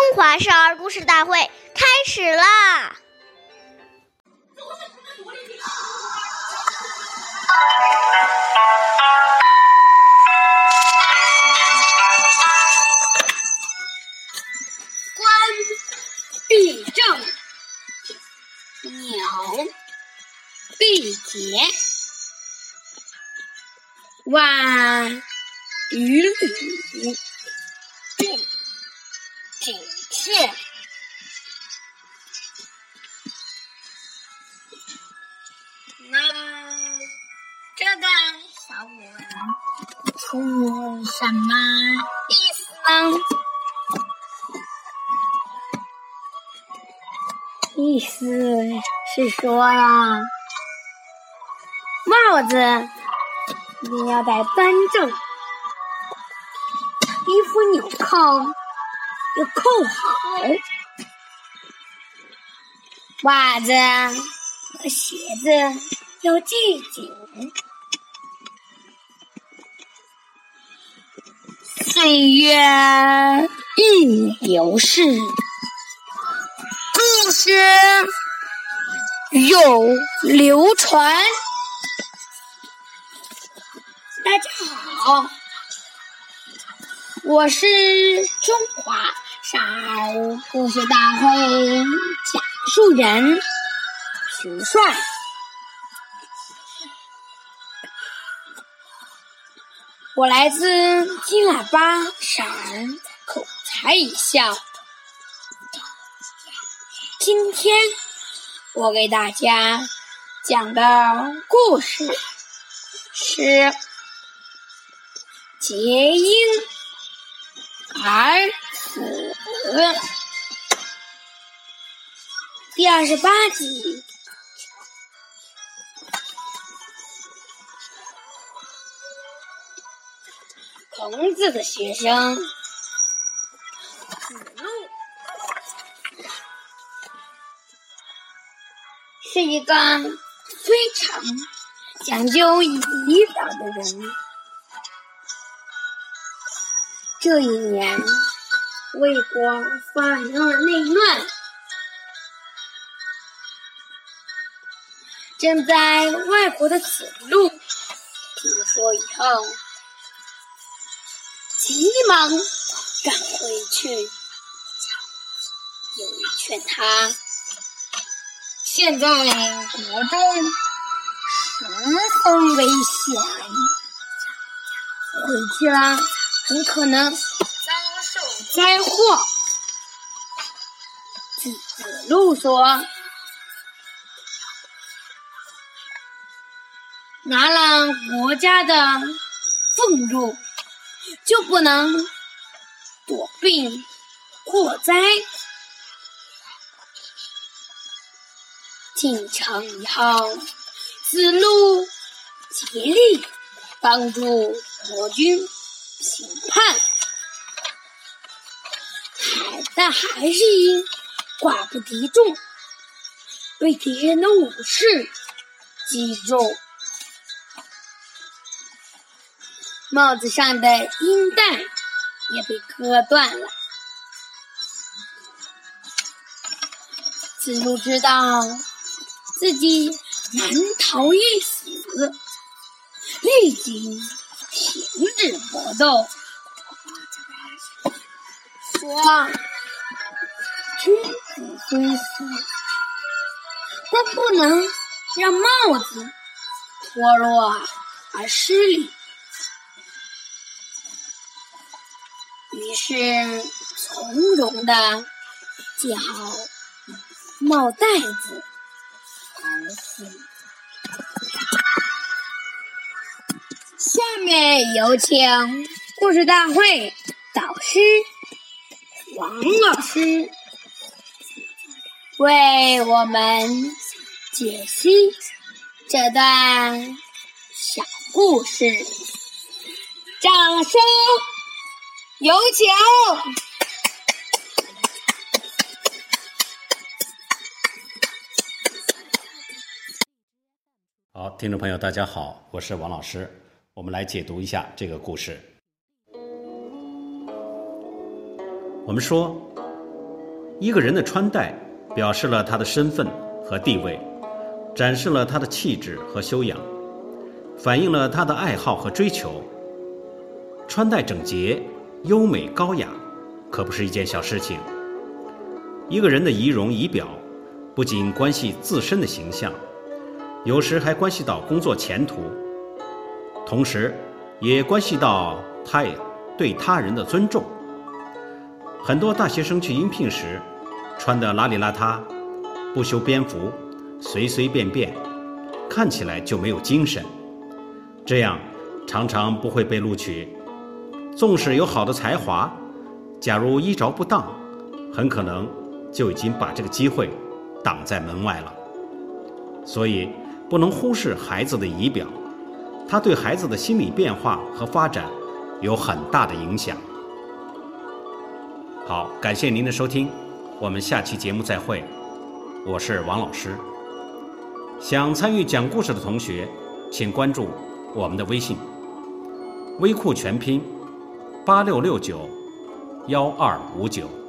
华少儿故事大会开始啦！ 冠必正，鸟必节，万余缕，并紧切。那这个小文出什么意思呢？意思是说呀，帽子你要戴端正，衣服纽扣要扣好，袜子和鞋子要系紧。岁月易流逝，故事永流传。大家好，我是中华少儿故事大会讲述人徐帅。我来自金喇叭少儿口才艺校。今天我给大家讲的故事是结因而死第28集。孔子的学生子路是一个非常讲究仪表的人。这一年，魏国发生了内乱，正在外国的子路听说以后，急忙赶回去，有人劝他，现在国中十分危险，回去了很可能遭受灾祸。子路说，拿了国家的俸禄，就不能躲病祸灾。进城以后，子路竭力帮助国军平叛，但还是因寡不敌众，被敌人的武士击中，帽子上的缨带也被割断了。子路知道自己难逃一死，立即停止搏斗，说：君子虽死，但不能让帽子脱落而失礼。于是从容地系好帽带子而死。下面有请故事大会导师王老师为我们解析这段小故事，掌声有请。 好，听众朋友大家好，我是王老师，我们来解读一下这个故事。我们说一个人的穿戴表示了他的身份和地位，展示了他的气质和修养，反映了他的爱好和追求。穿戴整洁、优美高雅，可不是一件小事情。一个人的仪容仪表，不仅关系自身的形象，有时还关系到工作前途，同时也关系到他对他人的尊重。很多大学生去应聘时，穿得邋里邋遢，不修边幅，随随便便，看起来就没有精神，这样常常不会被录取。纵使有好的才华，假如衣着不当，很可能就已经把这个机会挡在门外了。所以不能忽视孩子的仪表，它对孩子的心理变化和发展有很大的影响。好，感谢您的收听，我们下期节目再会。我是王老师。想参与讲故事的同学，请关注我们的微信，微库全拼86691259。